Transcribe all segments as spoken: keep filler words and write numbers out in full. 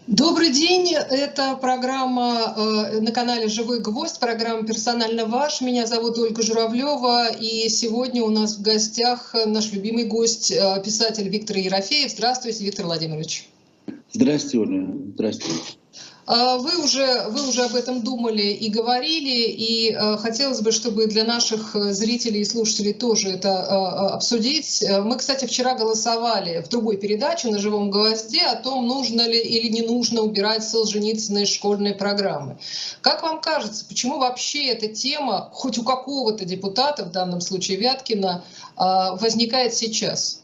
Добрый день, это программа э, на канале «Живой гвоздь», программа «Персонально ваш». Меня зовут Ольга Журавлева, и сегодня у нас в гостях наш любимый гость, э, писатель Виктор Ерофеев. Здравствуйте, Виктор Владимирович. Здравствуйте, Оля. Здравствуйте. Вы уже, вы уже об этом думали и говорили, и э, хотелось бы, чтобы для наших зрителей и слушателей тоже это э, обсудить. Мы, кстати, вчера голосовали в другой передаче на «Живом гвозде» о том, нужно ли или не нужно убирать Солженицына из школьной программы. Как вам кажется, почему вообще эта тема, хоть у какого-то депутата, в данном случае Вяткина, э, возникает сейчас?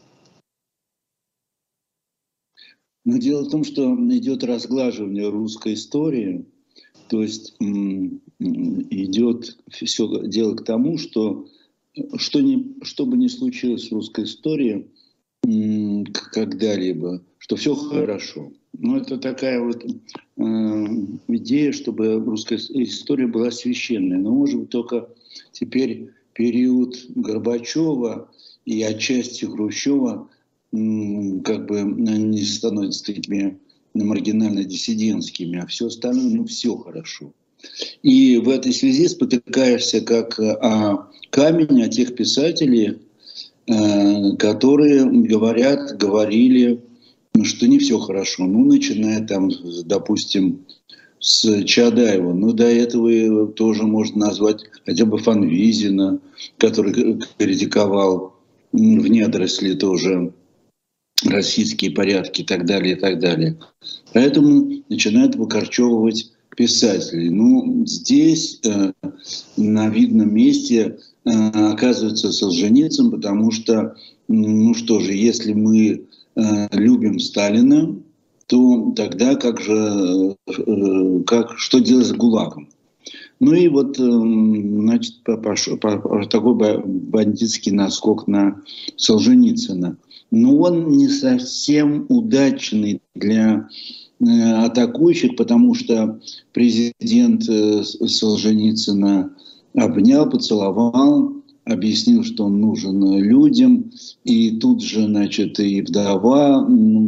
Но дело в том, что идет разглаживание русской истории, то есть идет все дело к тому, что что, ни, что бы ни случилось в русской истории когда-либо, что все хорошо. Но это такая вот э, идея, чтобы русская история была священной. Но может быть только теперь период Горбачева и отчасти Хрущева как бы не становятся такими маргинально-диссидентскими, а все остальное, ну, все хорошо. И в этой связи спотыкаешься как о камень, о тех писателей, которые говорят, говорили, что не все хорошо. Ну, начиная там, допустим, с Чадаева. Ну, до этого тоже можно назвать хотя бы Фанвизина, который критиковал в недоросли тоже российские порядки и так далее, и так далее. Поэтому начинают выкорчевывать писателей. Ну, здесь э, на видном месте э, оказывается Солженицын, потому что, ну что же, если мы э, любим Сталина, то тогда как же, э, как, что делать с ГУЛАГом? Ну и вот, э, значит, пошел, пошел такой бандитский наскок на Солженицына. Но он не совсем удачный для э, атакующих, потому что президент э, Солженицына обнял, поцеловал, объяснил, что он нужен людям, и тут же, значит, и вдова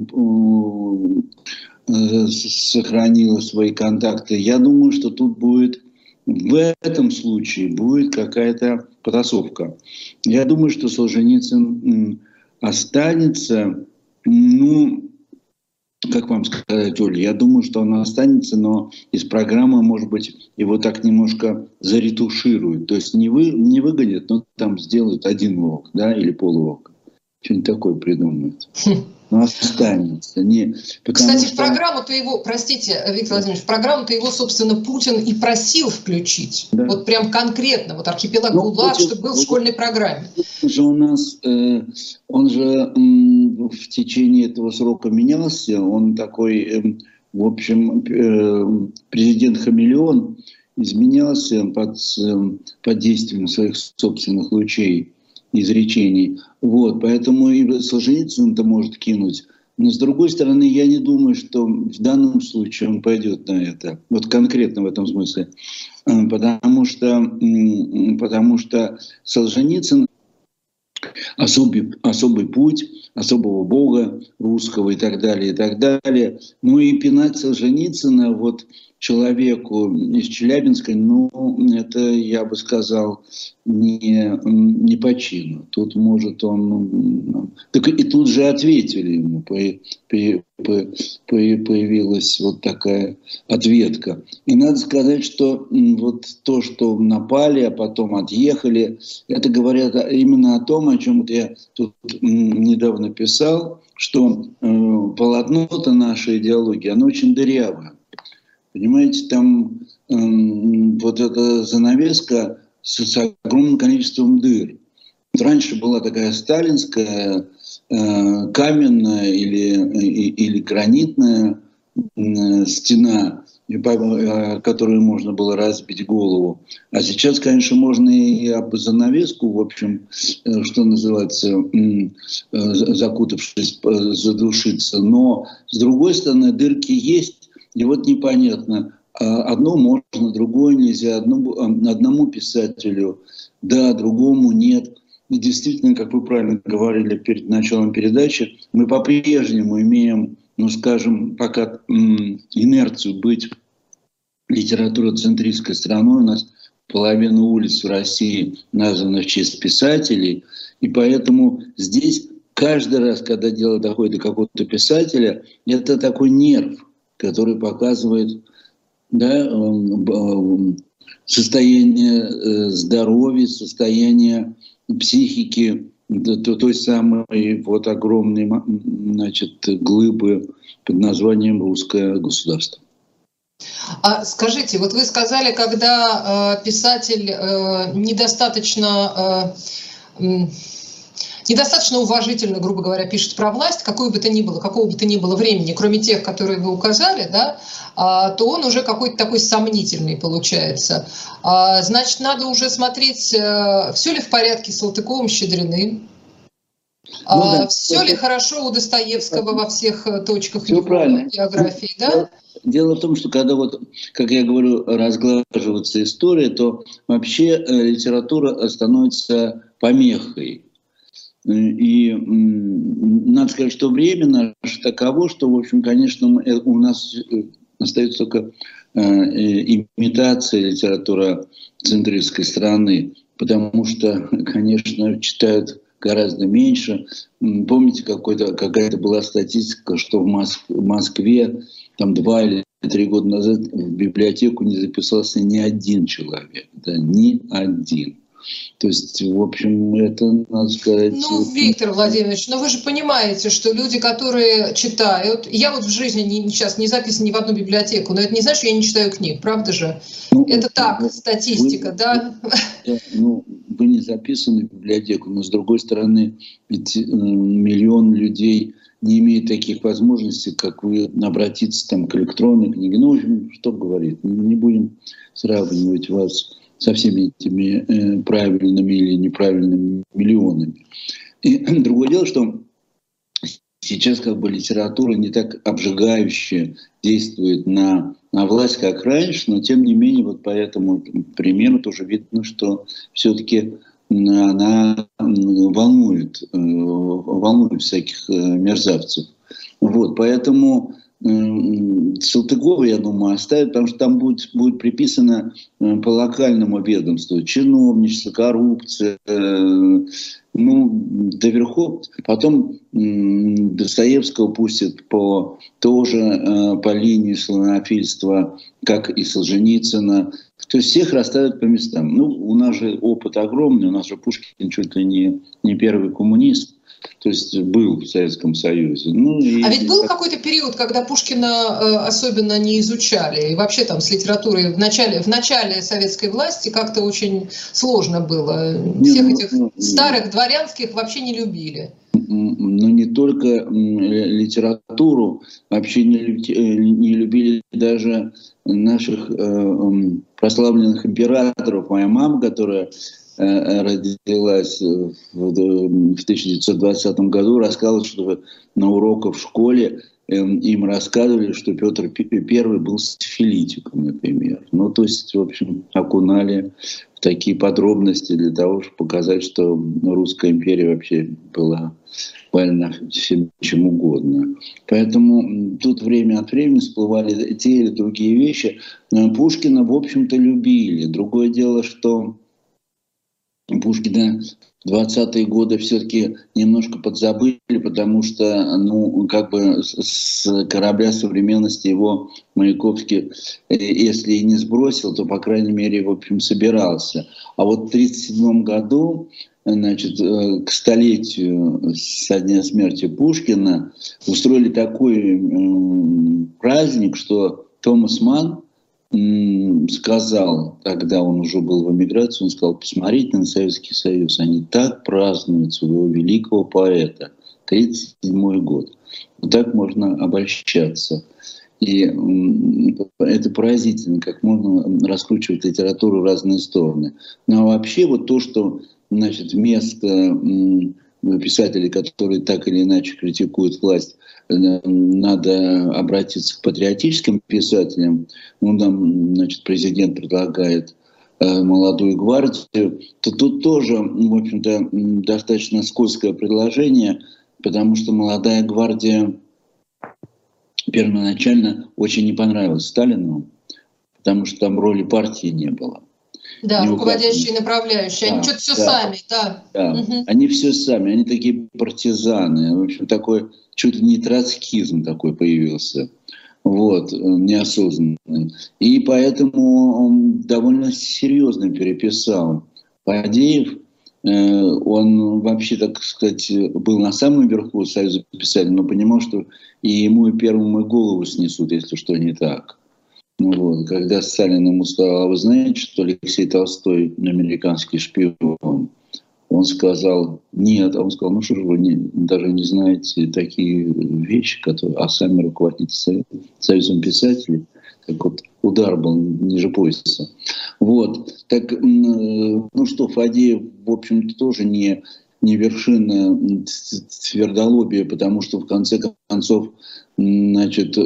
э, сохранила свои контакты. Я думаю, что тут будет, в этом случае будет какая-то потасовка. Я думаю, что Солженицын останется, ну, как вам сказать, Оля, я думаю, что он останется, но из программы, может быть, его так немножко заретушируют. То есть не, вы, не выгонят, но там сделают один урок, да, или полурок. Что-нибудь такое придумают. Но останется. Не, Кстати, что... в программу-то его, простите, Виктор Владимирович, в программу-то его, собственно, Путин и просил включить. Да. Вот прям конкретно, вот архипелаг ну, ГУЛАГ, чтобы был в школьной программе. Он же у нас, э, он же э, в течение этого срока менялся. Он такой, э, в общем, э, президент-хамелеон изменялся под, э, под действием своих собственных лучей, изречений. Вот, поэтому и Солженицын-то может кинуть. Но с другой стороны, я не думаю, что в данном случае он пойдет на это. Вот конкретно в этом смысле. Потому что, потому что Солженицын особый, особый путь, особого бога русского и так далее, и так далее. Ну и пинать Солженицына вот человеку из Челябинска, ну, это, я бы сказал, не, не по чину. Тут может он... Так и тут же ответили ему, по, по, по, по, появилась вот такая ответка. И надо сказать, что вот то, что напали, а потом отъехали, это говорят именно о том, о чем я тут недавно писал, что э, полотно-то нашей идеологии, оно очень дырявое. Понимаете, там э, вот эта занавеска с, с огромным количеством дыр. Раньше была такая сталинская, э, каменная или, и, или гранитная э, стена, о которой можно было разбить голову. А сейчас, конечно, можно и об занавеску, в общем, э, что называется, э, закутавшись, задушиться. Но, с другой стороны, дырки есть. И вот непонятно, одно можно, другое нельзя, одному, одному писателю да, другому нет. И действительно, как вы правильно говорили перед началом передачи, мы по-прежнему имеем ну, скажем, пока м, инерцию быть литературоцентристской страной. У нас половина улиц в России названа в честь писателей, и поэтому здесь каждый раз, когда дело доходит до какого-то писателя, это такой нерв, который показывает, да, состояние здоровья, состояние психики той самой вот огромной, значит, глыбы под названием русское государство. А скажите, вот вы сказали, когда э, писатель э, недостаточно, э, недостаточно уважительно, грубо говоря, пишет про власть, какую бы то ни было, какого бы то ни было времени, кроме тех, которые вы указали, да, э, то он уже какой-то такой сомнительный получается. Э, значит, надо уже смотреть, э, все ли в порядке с Салтыковым, Щедриным. Ну, а, да. Все ли хорошо у Достоевского во всех точках все его правильно. Биографии, да? Дело в том, что когда вот, как я говорю, разглаживается история, то вообще литература становится помехой. И м, надо сказать, что время наше таково, что, в общем, конечно, у нас остается только э, имитация литературоцентристской страны, потому что, конечно, читают гораздо меньше. Помните, какая-то была статистика, что в, Моск- в Москве там два или три года назад в библиотеку не записался ни один человек, да, ни один. То есть, в общем, это, надо сказать... Ну, Виктор Владимирович, но вы же понимаете, что люди, которые читают... Я вот в жизни не, сейчас не записан ни в одну библиотеку, но это не значит, что я не читаю книг, правда же? Ну, это так, ну, статистика, вы, да? да? Ну, вы не записаны в библиотеку, но, с другой стороны, ведь э, миллион людей не имеет таких возможностей, как вы, обратиться там, к электронной книге. Ну, в общем, что говорит, не будем сравнивать вас со всеми этими э, правильными или неправильными миллионами. И другое дело, что сейчас как бы литература не так обжигающе действует на, на власть, как раньше, но тем не менее, вот по этому примеру тоже видно, что все-таки она волнует, э, волнует всяких э, мерзавцев. Вот, поэтому Салтыкова, я думаю, оставят, потому что там будет, будет приписано по локальному ведомству чиновничество, коррупция, ну, до верхов. Потом Достоевского пустят по, тоже по линии славянофильства, как и Солженицына. То есть всех расставят по местам. Ну, у нас же опыт огромный, у нас же Пушкин чуть ли не, не первый коммунист. То есть был в Советском Союзе. Ну, и... А ведь был какой-то период, когда Пушкина особенно не изучали. И вообще там с литературой в начале, в начале советской власти как-то очень сложно было. Всех этих ну, старых дворянских вообще не любили. Но не только литературу, вообще не, не любили даже наших э, прославленных императоров. Моя мама, которая родилась в тысяча девятьсот двадцатом году, рассказывала, что на уроках в школе им рассказывали, что Петр Первый был сифилитиком, например. Ну, то есть, в общем, окунали в такие подробности для того, чтобы показать, что Русская империя вообще была больна всем чем угодно. Поэтому тут время от времени всплывали те или другие вещи. Пушкина, в общем-то, любили. Другое дело, что Пушкина в двадцатые годы все-таки немножко подзабыли, потому что, ну, как бы с корабля современности его Маяковский, если и не сбросил, то, по крайней мере, в общем, собирался. А вот в тридцать седьмом году, значит, к столетию со дня смерти Пушкина устроили такой праздник, что Томас Манн сказал, когда он уже был в эмиграции, он сказал: посмотрите на Советский Союз, они так празднуют своего великого поэта. тридцать седьмой год. Вот так можно обольщаться. И это поразительно, как можно раскручивать литературу в разные стороны. Ну а вообще вот то, что, значит, вместо писателей, которые так или иначе критикуют власть, надо обратиться к патриотическим писателям. Ну, там, значит, президент предлагает э, молодую гвардию. То тут тоже, в общем-то, достаточно скользкое предложение, потому что молодая гвардия первоначально очень не понравилось Сталину, потому что там роли партии не было. Да, руководящие и направляющие. Они да, что-то все да, сами, да. да. Угу. Они все сами, они такие партизаны. В общем, такой чуть ли не троцкизм такой появился. Вот, неосознанный. И поэтому он довольно серьезно переписал Фадеев. Он вообще, так сказать, был на самом верху Союза писателей, но понимал, что и ему и первому и голову снесут, если что не так. Ну вот, когда Сталин ему сказал: а вы знаете, что Алексей Толстой американский шпион? Он сказал: нет. А он сказал: ну что же вы не, даже не знаете такие вещи, которые, а сами руководите Союзом писателей. Так вот, удар был ниже пояса. Вот. Так, ну что, Фадеев, в общем-то, тоже не, не вершина твердолобия, потому что, в конце концов, значит,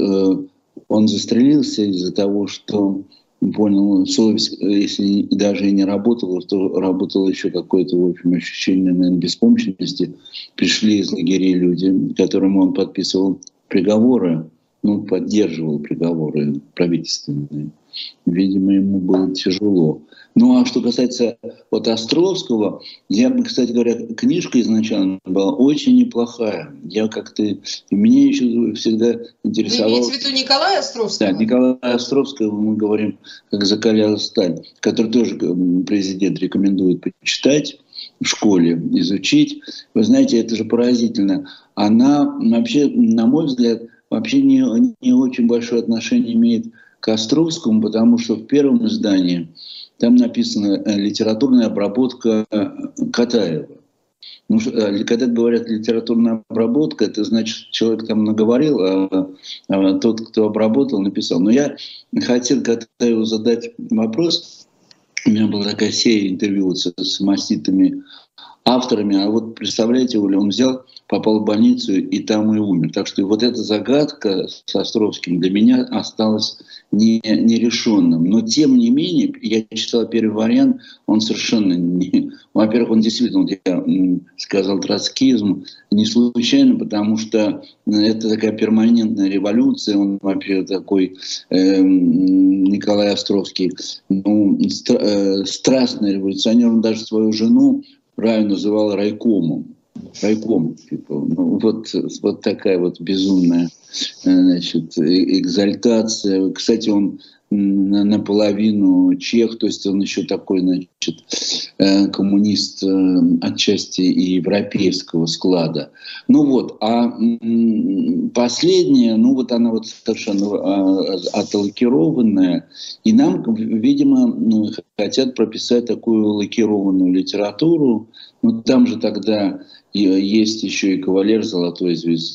он застрелился из-за того, что понял, совесть, если даже и не работала, то работало еще какое-то, в общем, ощущение, наверное, беспомощности. Пришли из лагерей люди, которым он подписывал приговоры, ну, поддерживал приговоры правительственные. Видимо, ему было тяжело. Ну, а что касается вот Островского, я бы, кстати говоря, книжка изначально была очень неплохая. Я как-то... Меня еще всегда интересовало... Вы имеете в виду Николая Островского? Да, Николая Островского мы говорим, как закаляла сталь, который тоже президент рекомендует почитать в школе, изучить. Вы знаете, это же поразительно. Она вообще, на мой взгляд, вообще не, не очень большое отношение имеет к Островскому, потому что в первом издании там написана литературная обработка Катаева. Ну, когда говорят литературная обработка, это значит, человек там наговорил, а, а тот, кто обработал, написал. Но я хотел Катаеву задать вопрос. У меня была такая серия интервью с, с маститыми авторами, а вот представляете, он взял, попал в больницу и там и умер. Так что вот эта загадка с Островским для меня осталась не, нерешенным. Но тем не менее, я читал первый вариант, он совершенно не... Во-первых, он действительно, вот я сказал, троцкизм не случайно, потому что это такая перманентная революция. Он вообще такой, э, Николай Островский, ну, стра- э, страстный революционер. Он даже свою жену правильно называл райкомом. Райком, типа, ну, вот, вот такая вот безумная, значит, экзальтация. Кстати, он наполовину чех, то есть он еще такой, значит, коммунист отчасти и европейского склада. Ну вот, а последняя, ну вот она вот совершенно отлакированная, и нам, видимо, хотят прописать такую лакированную литературу. Ну там же тогда есть еще и «Кавалер золотой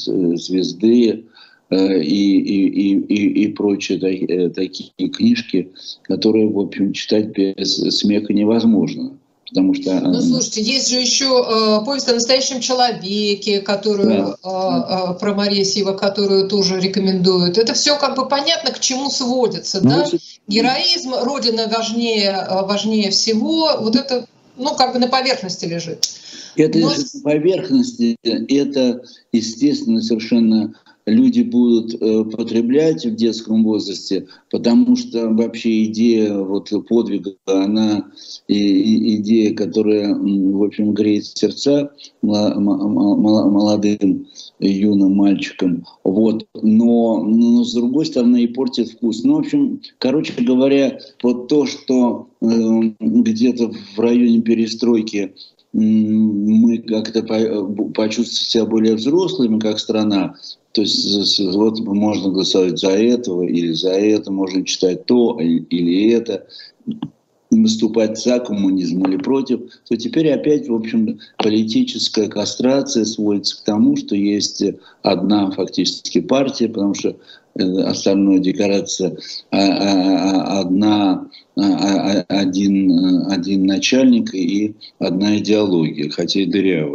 звезды», И, и, и, и, и прочие такие книжки, которые, в общем, читать без смеха невозможно. Потому что... Ну, слушайте, есть же еще э, повесть о настоящем человеке, которую, да. э, э, про Моресьева, которую тоже рекомендуют. Это все как бы понятно, к чему сводится. Ну, да? Героизм, Родина важнее, важнее всего. Вот это, ну, как бы на поверхности лежит. Это Но... на поверхности, это, естественно, совершенно... люди будут э, потреблять в детском возрасте, потому что вообще идея вот, подвига, она и, и идея, которая, в общем, греет сердца молодым юным мальчикам. Вот. Но, но с другой стороны и портит вкус. Ну, в общем, короче говоря, вот то, что э, где-то в районе перестройки мы как-то почувствовали себя более взрослыми, как страна. То есть вот можно голосовать за этого или за это, можно читать то или это, выступать за коммунизм или против, то теперь опять, в общем, политическая кастрация сводится к тому, что есть одна фактически партия, потому что остальное декорация, одна, один, один начальник и одна идеология, хотя и дырявая.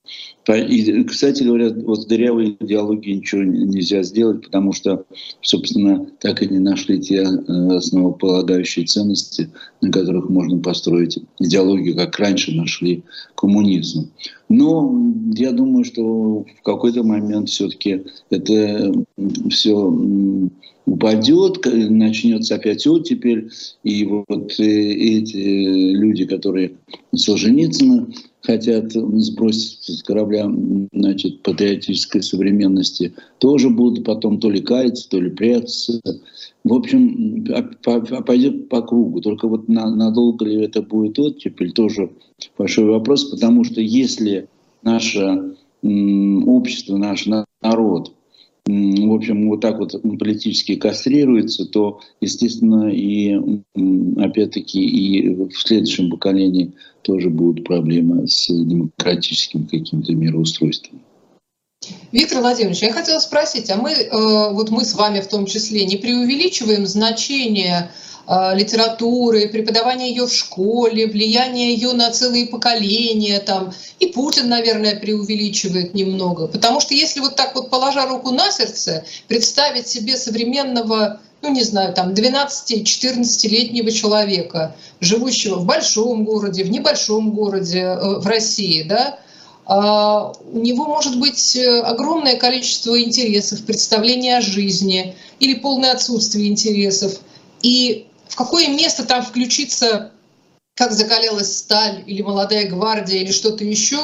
И, кстати говоря, вот с дырявой идеологией ничего нельзя сделать, потому что, собственно, так и не нашли те основополагающие ценности, на которых можно построить идеологию, как раньше нашли коммунизм. Но я думаю, что в какой-то момент все-таки это все упадет, начнется опять оттепель, и вот эти люди, которые Солженицына хотят сбросить с корабля, значит, патриотической современности, тоже будут потом то ли каяться, то ли прятаться. В общем, пойдет по кругу. Только вот надолго ли это будет оттепель, тоже большой вопрос, потому что если наше общество, наш народ, в общем, вот так вот политически кастрируется, то, естественно, и опять-таки и в следующем поколении тоже будут проблемы с демократическим каким-то мироустройством. Виктор Владимирович, я хотела спросить, а мы, вот мы с вами в том числе, не преувеличиваем значение литературы, преподавание ее в школе, влияние ее на целые поколения, там, и Путин, наверное, преувеличивает немного. Потому что если вот так вот, положа руку на сердце, представить себе современного, ну не знаю, там, двенадцати-четырнадцатилетнего человека, живущего в большом городе, в небольшом городе, в России, да, у него может быть огромное количество интересов, представления о жизни или полное отсутствие интересов. И в какое место там включиться, как закалялась сталь или молодая гвардия или что-то еще,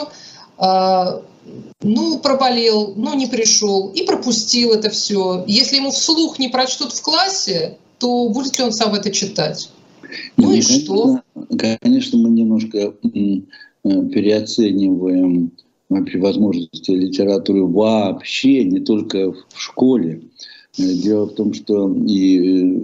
ну, проболел, ну, не пришел и пропустил это все. Если ему вслух не прочтут в классе, то будет ли он сам это читать? Ну, ну и конечно, что? Конечно, мы немножко переоцениваем вообще возможности литературы вообще, не только в школе. Дело в том, что и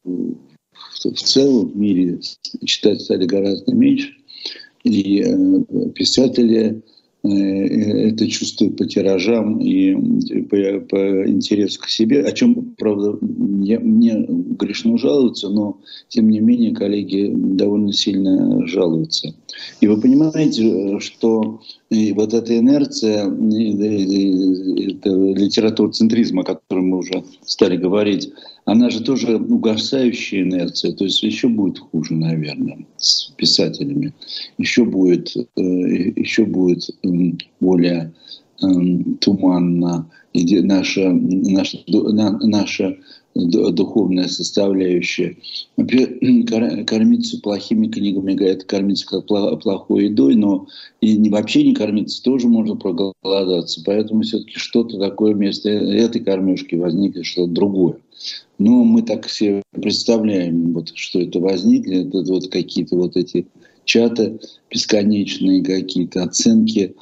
в целом в мире читать стали гораздо меньше, и писатели это чувствуют по тиражам и по, по интересу к себе, о чем, правда, я, мне грешно жаловаться, но, тем не менее, коллеги довольно сильно жалуются. И вы понимаете, что и вот эта инерция, это литературоцентризм, о котором мы уже стали говорить, она же тоже угасающая инерция, то есть еще будет хуже, наверное, с писателями. Еще будет, еще будет более туманно наша, наша, наша духовная составляющая. Кормиться плохими книгами, это кормиться как плохой едой, но и вообще не кормиться тоже можно проголодаться. Поэтому все-таки что-то такое вместо этой кормежки возникнет, что-то другое. Но мы так себе представляем, вот, что это возникнет, это вот какие-то вот эти чаты бесконечные, какие-то оценки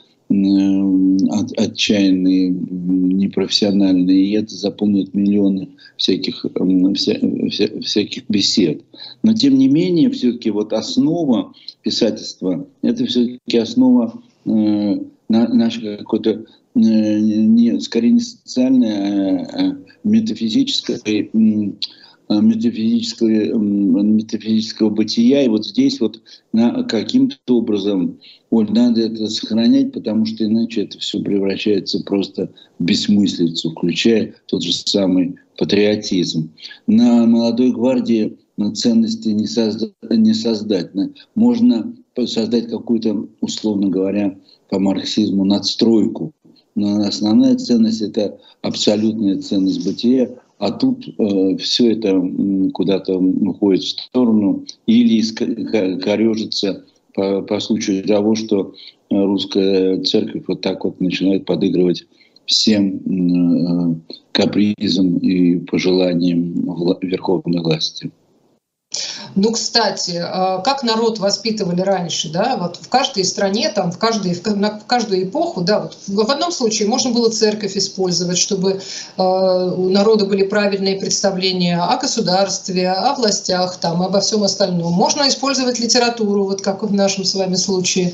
от, отчаянные, непрофессиональные, и это заполнит миллионы всяких, вся, вся, всяких бесед. Но тем не менее, все-таки вот основа писательства, это все-таки основа э, нашей какой-то, э, не, скорее не социальная, а метафизическая, э, метафизического, метафизического бытия. И вот здесь вот на, каким-то образом, Оль, надо это сохранять, потому что иначе это все превращается просто в бессмыслицу, включая тот же самый патриотизм. На молодой гвардии ценности не, созда, не создать. Можно создать какую-то, условно говоря, по марксизму надстройку. Но основная ценность — это абсолютная ценность бытия. А тут э, все это э, куда-то уходит в сторону или корежится по, по случаю того, что русская церковь вот так вот начинает подыгрывать всем э, капризам и пожеланиям вла- верховной власти. Ну, кстати, как народ воспитывали раньше, да, вот в каждой стране, там, в, каждой, в каждую эпоху, да, вот в одном случае можно было церковь использовать, чтобы э, у народа были правильные представления о государстве, о властях, там, обо всем остальном. Можно использовать литературу, вот как в нашем с вами случае.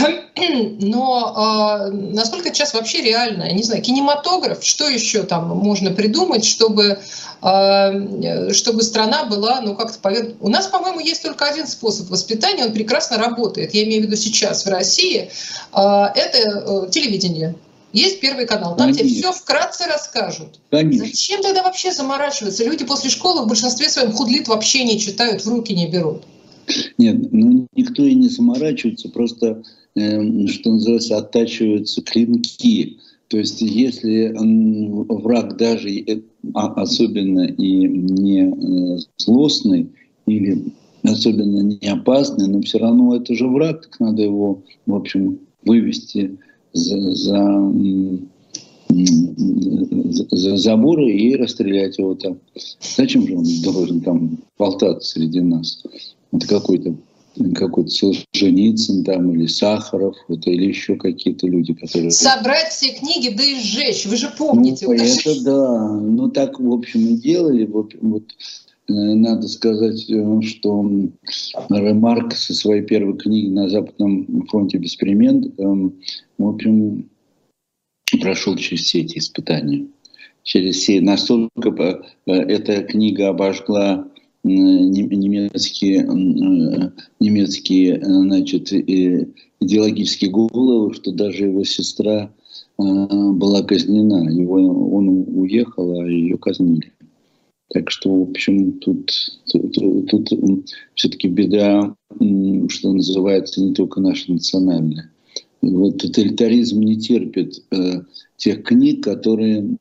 Но э, насколько сейчас вообще реально, я не знаю, кинематограф, что еще там можно придумать, чтобы, э, чтобы страна была, ну, как-то, у нас нас, по-моему, есть только один способ воспитания, он прекрасно работает. Я имею в виду сейчас в России. Это телевидение. Есть Первый канал, там Конечно. Тебе все вкратце расскажут. Конечно. Зачем тогда вообще заморачиваться? Люди после школы в большинстве своем худлит вообще не читают, в руки не берут. Нет, ну никто и не заморачивается, просто, э, что называется, оттачиваются клинки. То есть если враг даже особенно и не злостный или особенно не опасный, но все равно это же враг, так надо его, в общем, вывести за, за, за заборы и расстрелять его там. Зачем же он должен там болтаться среди нас? Это какой-то какой-то Солженицын там, или Сахаров, это, или еще какие-то люди, которые... Собрать все книги, да и сжечь, вы же помните. Ну, это же... да, ну так, в общем, и делали. Вот, вот надо сказать, что Ремарк со своей первой книгой «На Западном фронте без перемен», в общем, прошел через все эти испытания. Через все, настолько эта книга обожгла немецкие, немецкие значит, идеологические головы, что даже его сестра была казнена. Его, он уехал, а ее казнили. Так что, в общем, тут, тут, тут все-таки беда, что называется, не только наша национальная. Вот тоталитаризм не терпит э, тех книг, которые,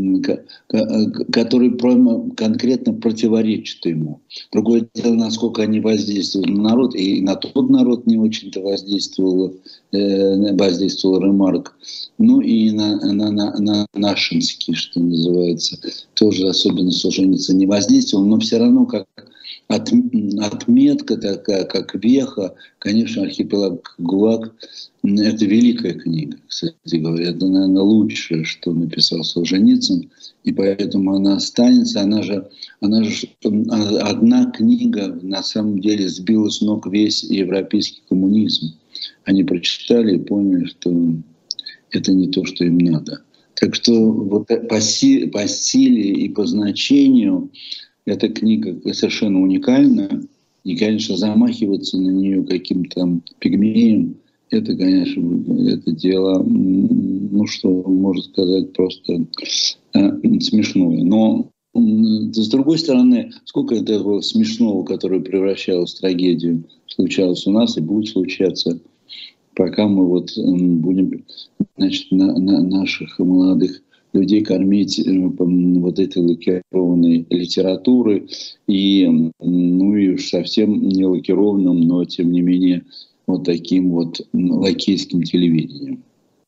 э, которые прямо конкретно противоречат ему. Другое дело, насколько они воздействуют на народ, и на тот народ не очень-то воздействовал, э, воздействовал Ремарк. Ну и на, на, на, на нашинский, что называется, тоже особенно Солженицын не воздействовал, но все равно как От, отметка такая, как веха, конечно, «Архипелаг ГУЛАГ» — это великая книга, кстати говоря. Это, наверное, лучшее, что написал Солженицын, и поэтому она останется. Она же, она же одна книга на самом деле сбила с ног весь европейский коммунизм. Они прочитали и поняли, что это не то, что им надо. Так что вот по, си, по силе и по значению эта книга совершенно уникальна, и, конечно, замахиваться на нее каким-то там пигмеем, это, конечно, это дело, ну что, можно сказать, просто э, смешное. Но, э, с другой стороны, сколько этого смешного, которое превращалось в трагедию, случалось у нас и будет случаться, пока мы вот э, будем, значит, на, на наших молодых людей кормить вот этой лакированной литературой и, ну и уж совсем не лакированным, но тем не менее вот таким вот лакейским телевидением.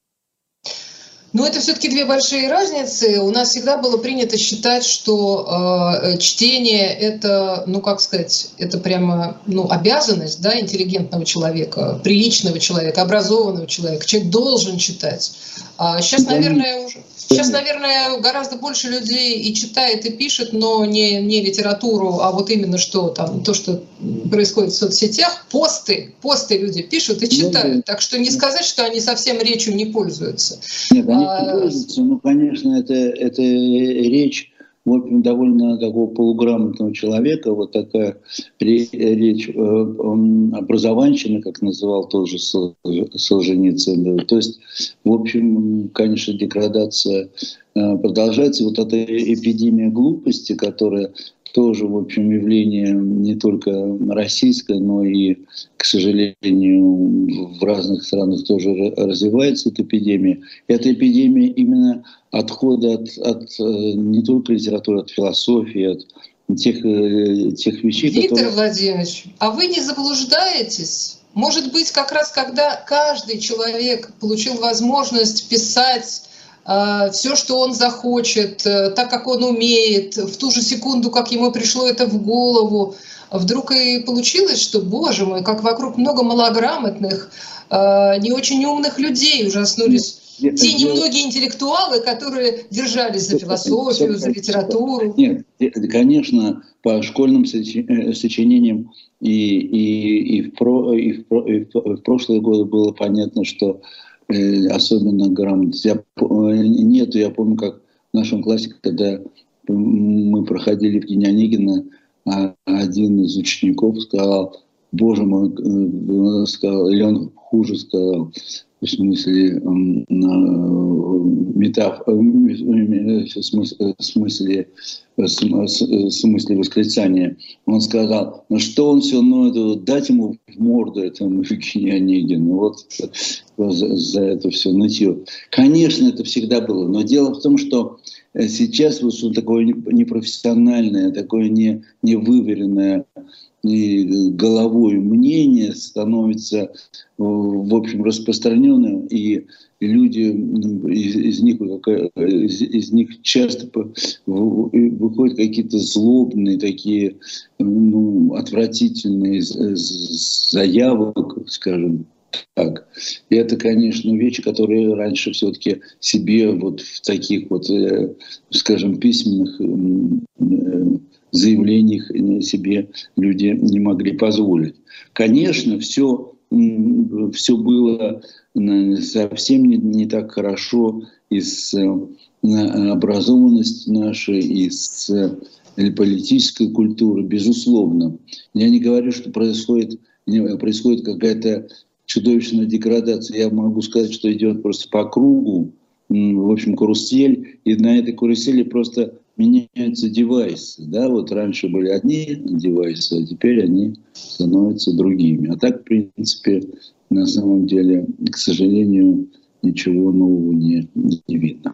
Ну, это все-таки две большие разницы. У нас всегда было принято считать, что э, чтение – это, ну, как сказать, это прямо, ну, обязанность, да, интеллигентного человека, приличного человека, образованного человека. Человек должен читать. А сейчас, наверное, уже... Сейчас, наверное, гораздо больше людей и читает, и пишет, но не, не литературу, а вот именно что там, то, что происходит в соцсетях. Посты, посты люди пишут и читают. Ну, так что не сказать, что они совсем речью не пользуются. Нет, они а... пользуются, ну, конечно, это, это речь, в общем, довольно такого полуграмотного человека, вот такая речь, образованщина, как называл тоже Солженицын. То есть, в общем, конечно, деградация продолжается. Вот эта эпидемия глупости, которая тоже, в общем, явление не только российское, но и, к сожалению, в разных странах тоже развивается эта эпидемия. Эта эпидемия именно отхода от, от не только литературы, от философии, от тех, тех вещей, Виктор которые... Владимирович, а вы не заблуждаетесь? Может быть, как раз когда каждый человек получил возможность писать все, что он захочет, так, как он умеет, в ту же секунду, как ему пришло это в голову, вдруг и получилось, что, боже мой, как вокруг много малограмотных, не очень умных людей ужаснулись. Нет, те это немногие дело... интеллектуалы, которые держались за философию, за литературу. Нет, конечно, по школьным сочинениям и, и, и, в, про, и, в, и в прошлые годы было понятно, что особенно грамотность. Я, нет, я помню, как в нашем классе, когда мы проходили Евгения Онегина, а один из учеников сказал: «Боже мой», сказал, или он хуже сказал, в смысле, метаф... в смысле, в смысле, в смысле восклицания. Он сказал: ну что он все равно, это, дать ему в морду этому Евгению Онегину, вот за, за это все нытье. Конечно, это всегда было, но дело в том, что сейчас вот что такое непрофессиональное, такое не, невыверенное и головой мнение становится, в общем, распространенным, и люди из, из них из, из них часто выходят какие-то злобные, такие, ну, отвратительные заявы, скажем так. И это, конечно, вещи, которые раньше все-таки себе вот в таких вот, скажем, письменных заявлениях себе люди не могли позволить. Конечно, все, все было совсем не, не так хорошо и с образованностью нашей, и с политической культурой, безусловно. Я не говорю, что происходит, происходит какая-то чудовищная деградация. Я могу сказать, что идет просто по кругу, в общем, карусель, и на этой карусели просто меняются девайсы. Да? Вот раньше были одни девайсы, а теперь они становятся другими. А так, в принципе, на самом деле, к сожалению, ничего нового не, не видно.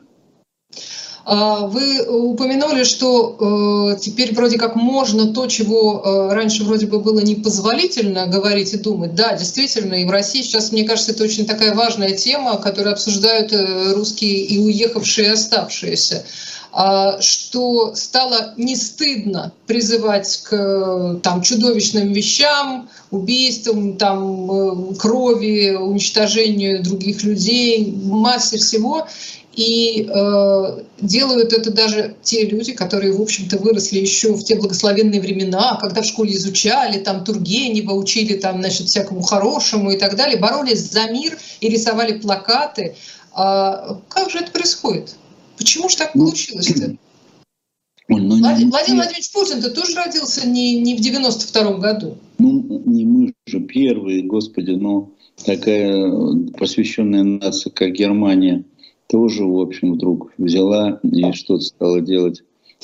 Вы упомянули, что э, теперь вроде как можно то, чего э, раньше вроде бы было непозволительно говорить и думать. Да, действительно, и в России сейчас, мне кажется, это очень такая важная тема, которую обсуждают э, русские и уехавшие, и оставшиеся. А, что стало не стыдно призывать к там, чудовищным вещам, убийствам, там, э, крови, уничтожению других людей, массе всего. И э, делают это даже те люди, которые, в общем-то, выросли еще в те благословенные времена, когда в школе изучали, там, Тургенева, учили, там, значит, всякому хорошему и так далее, боролись за мир и рисовали плакаты. А как же это происходит? Почему же так получилось-то? Ну, Владимир, Владимир Владимирович Путин-то тоже родился не, не в девяносто втором году. Ну, не мы же первые, господи, но такая просвещенная нация, как Германия, тоже, в общем, вдруг взяла и что-то стала делать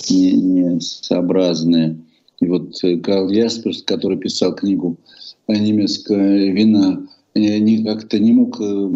несообразное. И вот Карл Ясперс, который писал книгу «Немецкая вина», не, как-то не мог,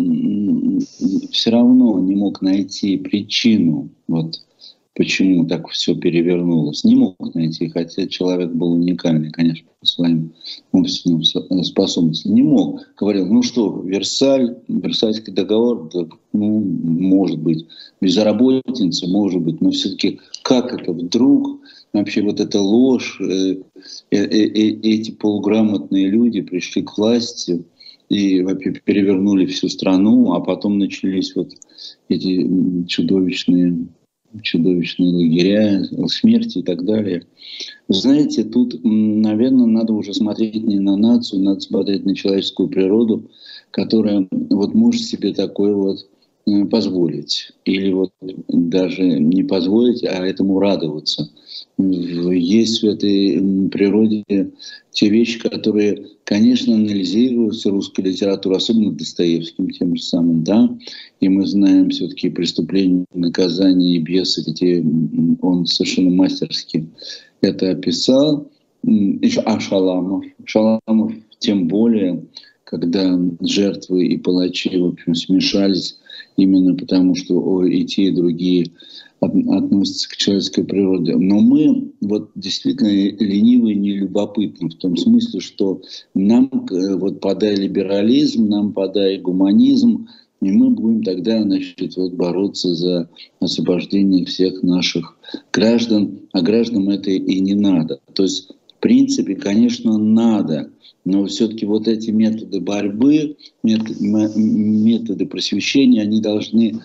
все равно не мог найти причину, вот почему так все перевернулось. Не мог найти, хотя человек был уникальный, конечно, по своим умственным способностям. Не мог. Говорил: ну что, Версаль, Версальский договор, да, ну, может быть, безработица, может быть, но все-таки как это вдруг, вообще вот эта ложь, э, э, э, эти полуграмотные люди пришли к власти и вообще перевернули всю страну, а потом начались вот эти чудовищные чудовищные лагеря, смерти и так далее. Вы знаете, тут, наверное, надо уже смотреть не на нацию, надо смотреть на человеческую природу, которая вот может себе такое вот позволить. Или вот даже не позволить, а этому радоваться. Есть в этой природе те вещи, которые, конечно, анализируются русской литературой, особенно Достоевским тем же самым, да, и мы знаем все-таки преступления, наказания и бесы, где он совершенно мастерски это описал. Еще, а Шаламов, Шаламов тем более, когда жертвы и палачи, в общем, смешались, именно потому что и те, и другие относятся к человеческой природе. Но мы вот действительно ленивые, нелюбопытны в том смысле, что нам вот подай либерализм, нам подай гуманизм, и мы будем тогда, значит, вот бороться за освобождение всех наших граждан, а гражданам это и не надо. То есть, в принципе, конечно, надо, но все-таки вот эти методы борьбы, методы, методы просвещения, они должны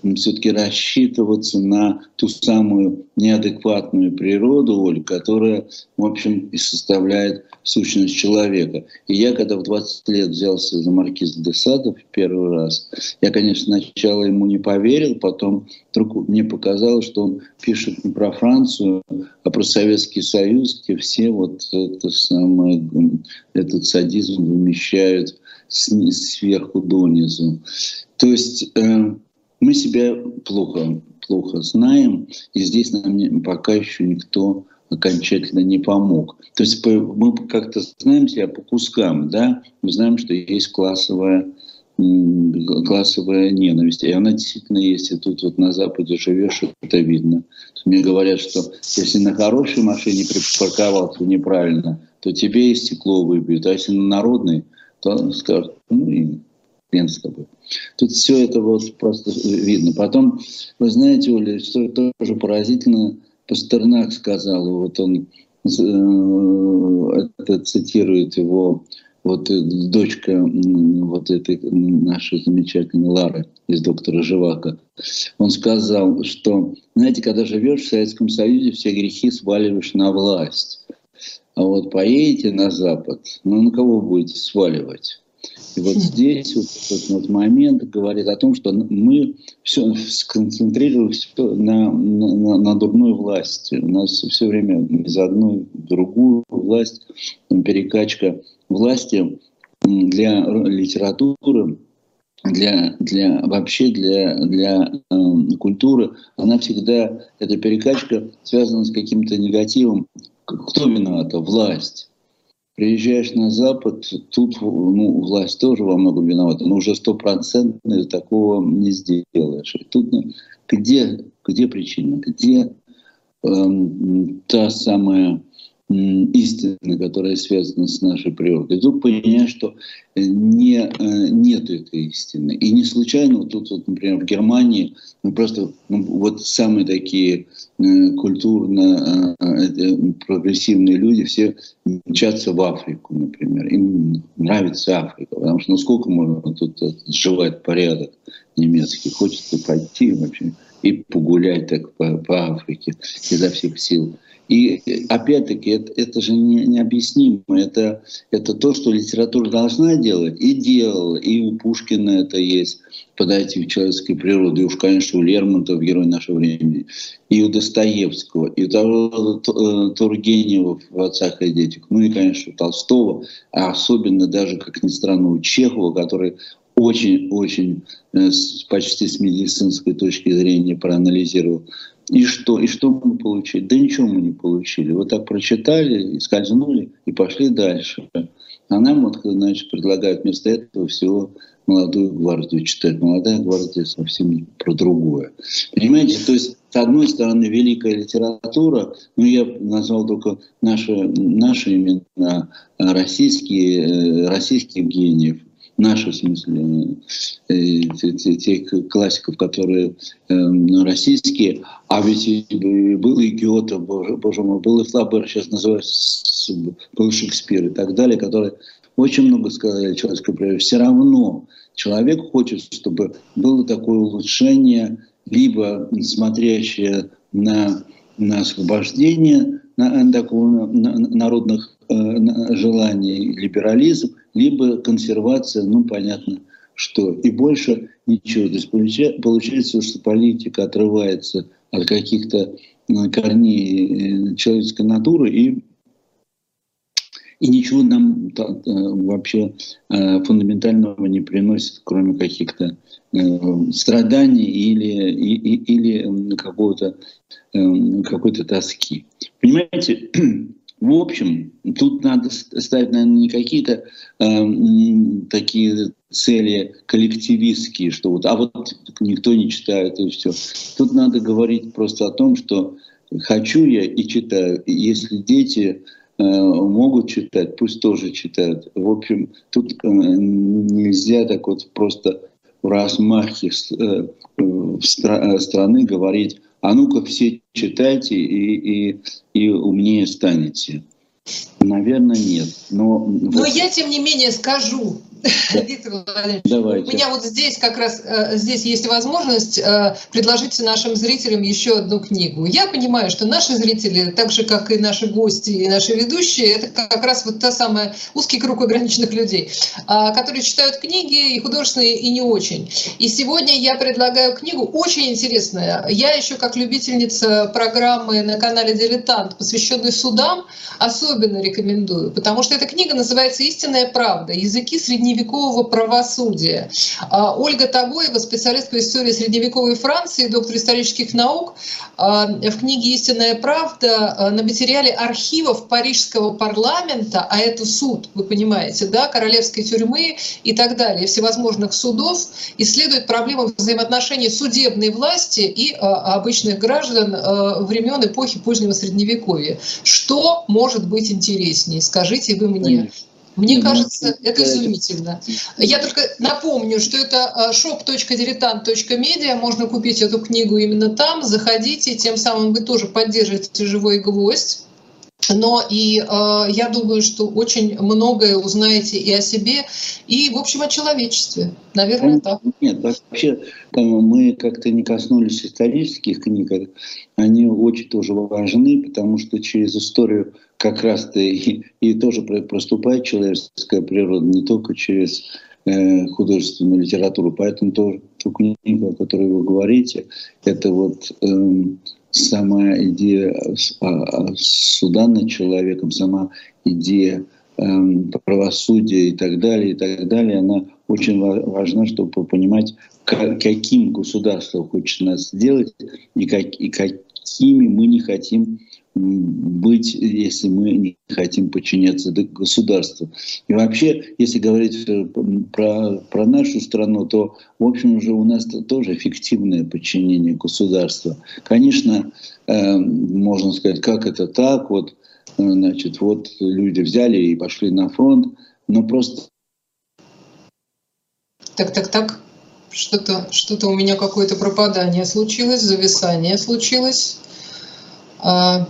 все-таки рассчитываться на ту самую неадекватную природу, Оль, которая, в общем, и составляет сущность человека. И я, когда в двадцать лет взялся за маркиза де Сада в первый раз, я, конечно, сначала ему не поверил, потом вдруг мне показалось, что он пишет не про Францию, а про Советский Союз, где все вот это самое, этот садизм вымещают сверху донизу. То есть э, мы себя плохо, плохо знаем, и здесь нам пока еще никто окончательно не помог. То есть мы как-то знаем себя по кускам, да? Мы знаем, что есть классовая, классовая ненависть. И она действительно есть. И тут вот на Западе живешь, это видно. Мне говорят, что если на хорошей машине припарковался неправильно, то тебе и стекло выбьют. А если на народной, то скажут, ну и хрен с тобой. Тут все это вот просто видно. Потом, вы знаете, Оля, что тоже поразительно, Пастернак сказал, вот он это цитирует его, вот дочка вот этой нашей замечательной Лары из «Доктора Живаго». Он сказал, что, знаете, когда живешь в Советском Союзе, все грехи сваливаешь на власть. А вот поедете на Запад, ну на кого будете сваливать? И вот здесь вот этот вот момент говорит о том, что мы все сконцентрировались на, на, на дурной власти. У нас все время из одной в другую власть, перекачка власти для литературы, для, для, вообще для, для э, культуры, она всегда, эта перекачка связана с каким-то негативом. Кто виноват? Власть. Приезжаешь на Запад, тут ну, власть тоже во многом виновата, но уже стопроцентно такого не сделаешь. Тут где, где причина, где э, та самая э, истина, которая связана с нашей природой. И тут понимаешь, что не, э, нет этой истины. И не случайно вот тут, вот, например, в Германии ну, просто ну, вот самые такие э, культурно э, прогрессивные люди все мчатся в Африку, например. Им нравится Африка, потому что ну сколько можно тут сживать порядок немецкий. Хочется пойти вообще и погулять так по, по Африке изо всех сил. И опять-таки это, это же не, необъяснимо. Это, это то, что литература должна делать и делала. И у Пушкина это есть, подойти к человеческой природе. И уж, конечно, у Лермонтова, герой нашего времени. И у Достоевского, и у того Тургенева в «Отцах и детях». Ну и, конечно, у Толстого. А особенно даже, как ни странно, у Чехова, который очень-очень почти с медицинской точки зрения проанализировал. И что? И что мы получили? Да ничего мы не получили. Вот так прочитали, и скользнули, и пошли дальше. А нам вот, значит, предлагают вместо этого всего «Молодую гвардию» читать. «Молодая гвардия» совсем про другое. Понимаете? То есть, с одной стороны, великая литература, ну, я назвал только наши, наши именно российские, российских гениев, наши, в смысле, тех классиков, которые э, российские, а ведь был и Гёте, боже, боже мой, был и Флабер, сейчас называется, был Шекспир и так далее, которые очень много сказали человеческой природе. Все равно человек хочет, чтобы было такое улучшение, либо смотрящее на, на освобождение на, на такого на, на народных э, на желаний, либерализм, либо консервация, ну, понятно, что. И больше ничего. То есть получается, что политика отрывается от каких-то корней человеческой натуры и, и ничего нам вообще фундаментального не приносит, кроме каких-то страданий или, или какого-то, какой-то тоски. Понимаете? В общем, тут надо ставить, наверное, не какие-то э, такие цели коллективистские, что вот, а вот никто не читает и все. Тут надо говорить просто о том, что хочу я и читаю. И если дети э, могут читать, пусть тоже читают. В общем, тут э, нельзя так вот просто в размахе э, стра- страны говорить: а ну-ка все читайте и, и, и умнее станете. наверное, нет. Но, Но вот... я, тем не менее, скажу. Да. Виктор Владимирович, Давайте. у меня вот здесь как раз э, здесь есть возможность э, предложить нашим зрителям еще одну книгу. Я понимаю, что наши зрители, так же как и наши гости и наши ведущие, это как раз вот та самая узкий круг ограниченных людей, э, которые читают книги и художественные, и не очень. И сегодня я предлагаю книгу очень интересная. Я еще как любительница программы на канале «Дилетант», посвященной судам, особенно рекомендую, потому что эта книга называется «Истинная правда. Языки средневековья средневекового правосудия». Ольга Тобоева, специалист по истории средневековой Франции, доктор исторических наук, в книге «Истинная правда» на материале архивов Парижского парламента, а это суд, вы понимаете, да, королевской тюрьмы и так далее, всевозможных судов, исследует проблему взаимоотношений судебной власти и обычных граждан времен эпохи позднего Средневековья. Что может быть интереснее? Скажите вы мне. Мне кажется, это изумительно. Я только напомню, что это шоп точка дилетант точка медиа. Можно купить эту книгу именно там. Заходите, тем самым вы тоже поддержите «Живой гвоздь». Но и э, я думаю, что очень многое узнаете и о себе, и, в общем, о человечестве. Наверное, так. Нет, вообще там, мы как-то не коснулись исторических книг. Они очень тоже важны, потому что через историю как раз-то и, и тоже проступает человеческая природа, не только через э, художественную литературу. Поэтому тоже ту книгу, о которой вы говорите, это вот... Э, сама идея суда над человеком, сама идея э, правосудия и так далее, и так далее, она очень важна, чтобы понимать, как, каким государство хочет нас сделать и, как, и какими мы не хотим быть, если мы не хотим подчиняться государству. И вообще, если говорить про, про нашу страну, то, в общем, уже у нас тоже фиктивное подчинение государства. Конечно, э, можно сказать, как это так, вот, значит, вот люди взяли и пошли на фронт, но просто... Так, так, так, что-то, что-то у меня какое-то пропадание случилось, зависание случилось. А...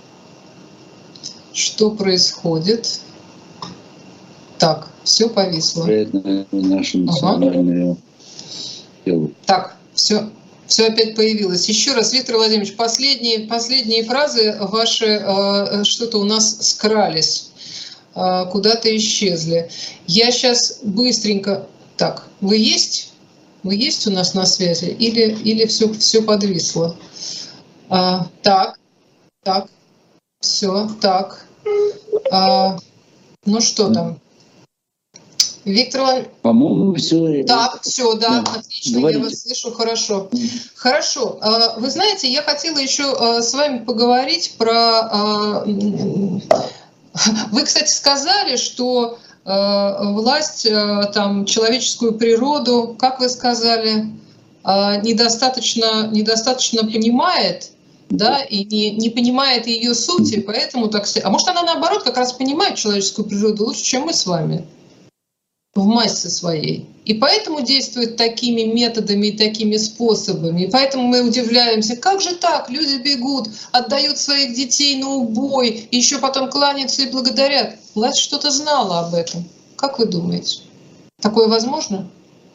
Что происходит? Так, все повисло. Это наше национальное дело. Ага. Так, все, все опять появилось. Еще раз, Виктор Владимирович, последние, последние фразы ваши э, что-то у нас скрались, э, куда-то исчезли. Я сейчас быстренько... Так, вы есть? Вы есть у нас на связи? Или, или все, все подвисло? А, так, так. Все, так. А, ну что там? Виктор Иванович? По-моему, все. Так, все, да, да. отлично, Говорите. Я вас слышу хорошо. Хорошо. Вы знаете, я хотела еще с вами поговорить про... Вы, кстати, сказали, что власть там человеческую природу, как вы сказали, недостаточно, недостаточно понимает. Да, и не, не понимает ее сути, поэтому так... А может, она, наоборот, как раз понимает человеческую природу лучше, чем мы с вами, в массе своей. И поэтому действует такими методами и такими способами. И поэтому мы удивляемся, как же так? Люди бегут, отдают своих детей на убой, и еще потом кланяются и благодарят. Власть что-то знала об этом. Как вы думаете? Такое возможно?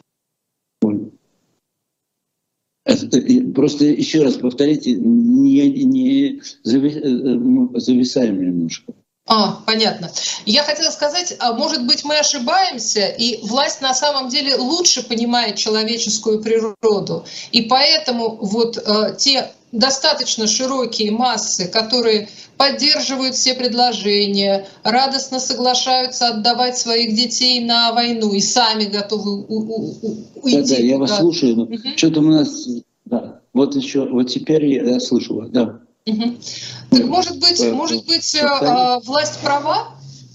Просто еще раз повторите, не, не зависаем немножко. А, понятно. Я хотела сказать, а может быть, мы ошибаемся, и власть на самом деле лучше понимает человеческую природу. И поэтому вот э, те достаточно широкие массы, которые поддерживают все предложения, радостно соглашаются отдавать своих детей на войну и сами готовы у- у- у- уйти. Да, да, я вас куда-то. слушаю. Но Мгм. что-то у нас... Да, вот еще, вот теперь я слышу вас, да. Мгм. Так может быть, Э, может быть, э, повторите. э, власть права?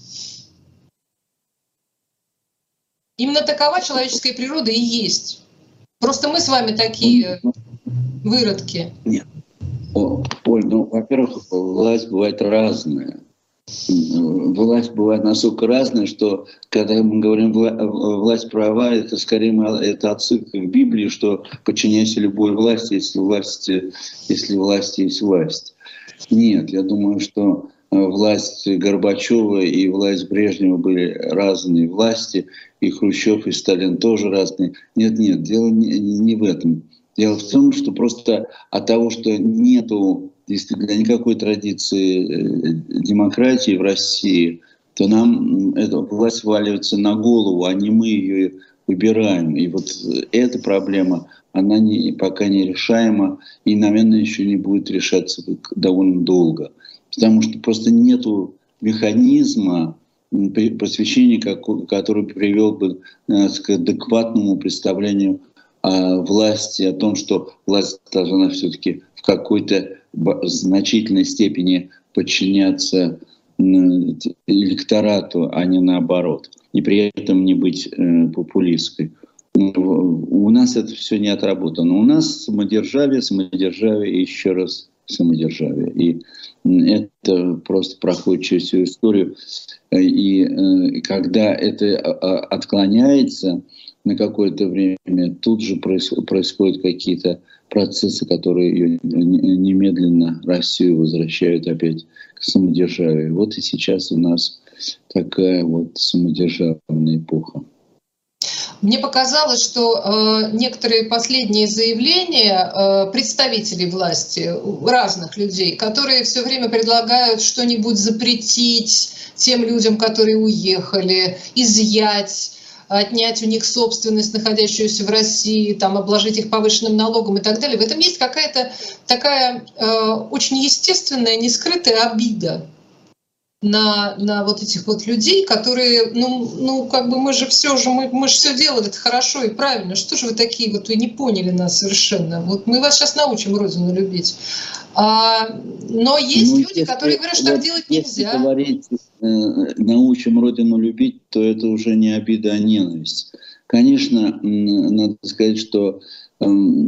Именно такова человеческая природа и есть. Просто мы с вами такие выродки. Нет. О, Оль, ну, во-первых, власть бывает разная. Власть бывает настолько разная, что когда мы говорим вла- власть права, это скорее это отсылка к Библии, что подчиняйся любой власти, если власть, если власть есть власть. Нет, я думаю, что власть Горбачева и власть Брежнева были разные власти, и Хрущев, и Сталин тоже разные. Нет, нет, дело не, не в этом. Дело в том, что просто от того, что нету действительно никакой традиции демократии в России, то нам эта власть сваливается на голову, а не мы ее выбираем. И вот эта проблема, она не, пока не решаема и, наверное, еще не будет решаться довольно долго. Потому что просто нету механизма посвящения, который привел бы к адекватному представлению о власти, о том, что власть должна все-таки в какой-то значительной степени подчиняться электорату, а не наоборот. И при этом не быть э, популистской. У нас это все не отработано. У нас самодержавие, самодержавие и еще раз самодержавие. И это просто проходит через всю историю. И э, когда это отклоняется на какое-то время, тут же происходят какие-то процессы, которые ее немедленно Россию возвращают опять к самодержавию. Вот и сейчас у нас такая вот самодержавная эпоха. Мне показалось, что э, некоторые последние заявления э, представителей власти, разных людей, которые все время предлагают что-нибудь запретить тем людям, которые уехали, изъять, отнять у них собственность, находящуюся в России, там, обложить их повышенным налогом и так далее. В этом есть какая-то такая э, очень естественная, нескрытая обида на, на вот этих вот людей, которые, ну, ну как бы мы же все же, мы, мы же все делали это хорошо и правильно. Что же вы такие, вот вы не поняли нас совершенно. Вот мы вас сейчас научим Родину любить. А, но есть ну, люди, если, которые говорят, что вот так делать если нельзя. Говорить, э, научим Родину любить, то это уже не обида, а ненависть. Конечно, э, надо сказать, что э,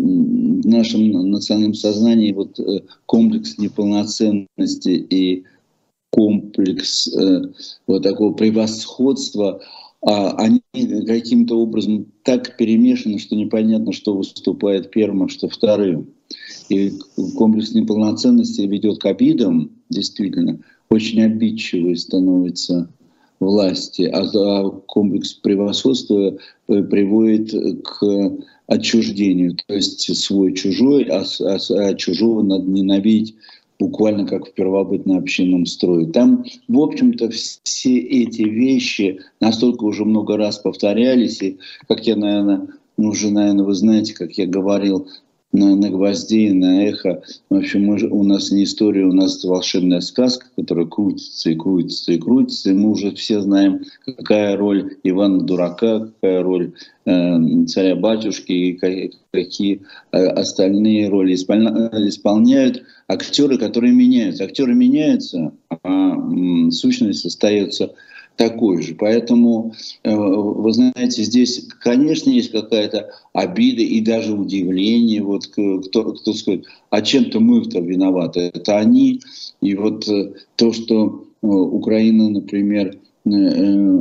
в нашем национальном сознании вот, э, комплекс неполноценности и комплекс э, вот такого превосходства, а, они каким-то образом так перемешаны, что непонятно, что выступает первым, а что вторым. И комплекс неполноценности ведет к обидам, действительно, очень обидчивой становится власти, а комплекс превосходства приводит к отчуждению, то есть свой-чужой, а, а, а чужого надо ненавидеть, буквально как в первобытно-общинном строе. Там, в общем-то, все эти вещи настолько уже много раз повторялись, и, как я, наверное, ну, уже, наверное, вы знаете, как я говорил на, на «Гвозде» и на «Эхо», в общем, мы, у нас не история, у нас волшебная сказка, которая крутится и крутится и крутится, и мы уже все знаем, какая роль Ивана Дурака, какая роль э, царя-батюшки и какие э, остальные роли исполняют актеры, которые меняются. Актеры меняются, а м, сущность остается такой же. Поэтому, э, вы знаете, здесь, конечно, есть какая-то обида и даже удивление. Вот кто, кто скажет, а чем-то мы-то виноваты? Это они. И вот э, то, что э, Украина, например, э, э,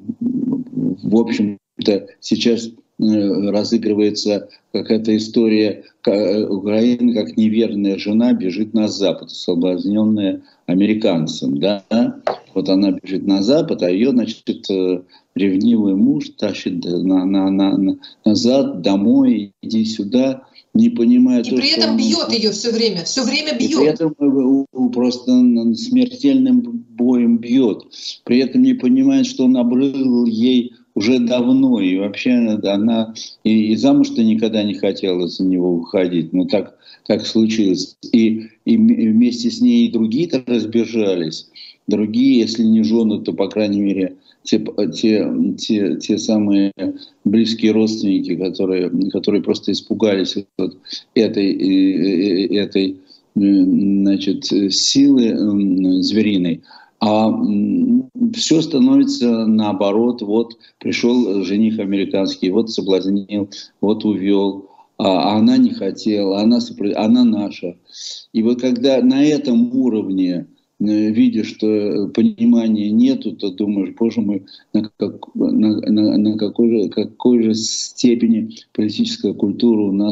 в общем-то, сейчас разыгрывается какая-то история Украины, как неверная жена бежит на Запад, соблазненная американцем. Да? Вот она бежит на Запад, а ее, значит, ревнивый муж тащит на, на, на, назад, домой, иди сюда, не понимая... И то, при этом он... бьет ее все время, все время бьет. И при этом просто смертельным боем бьет. При этом не понимает, что он обрыл ей уже давно, и вообще она и, и замуж-то никогда не хотела за него выходить, но так, так случилось. И, и вместе с ней и другие-то разбежались. Другие, если не жены, то, по крайней мере, те, те, те, те самые близкие родственники, которые, которые просто испугались вот этой, этой значит, силы звериной. А все становится наоборот. Вот пришел жених американский, вот соблазнил, вот увел, а она не хотела, она, она наша. И вот когда на этом уровне видишь, что понимания нету, то думаешь, боже мой, на, как, на, на, на какой, же, какой же степени политическая культура у нас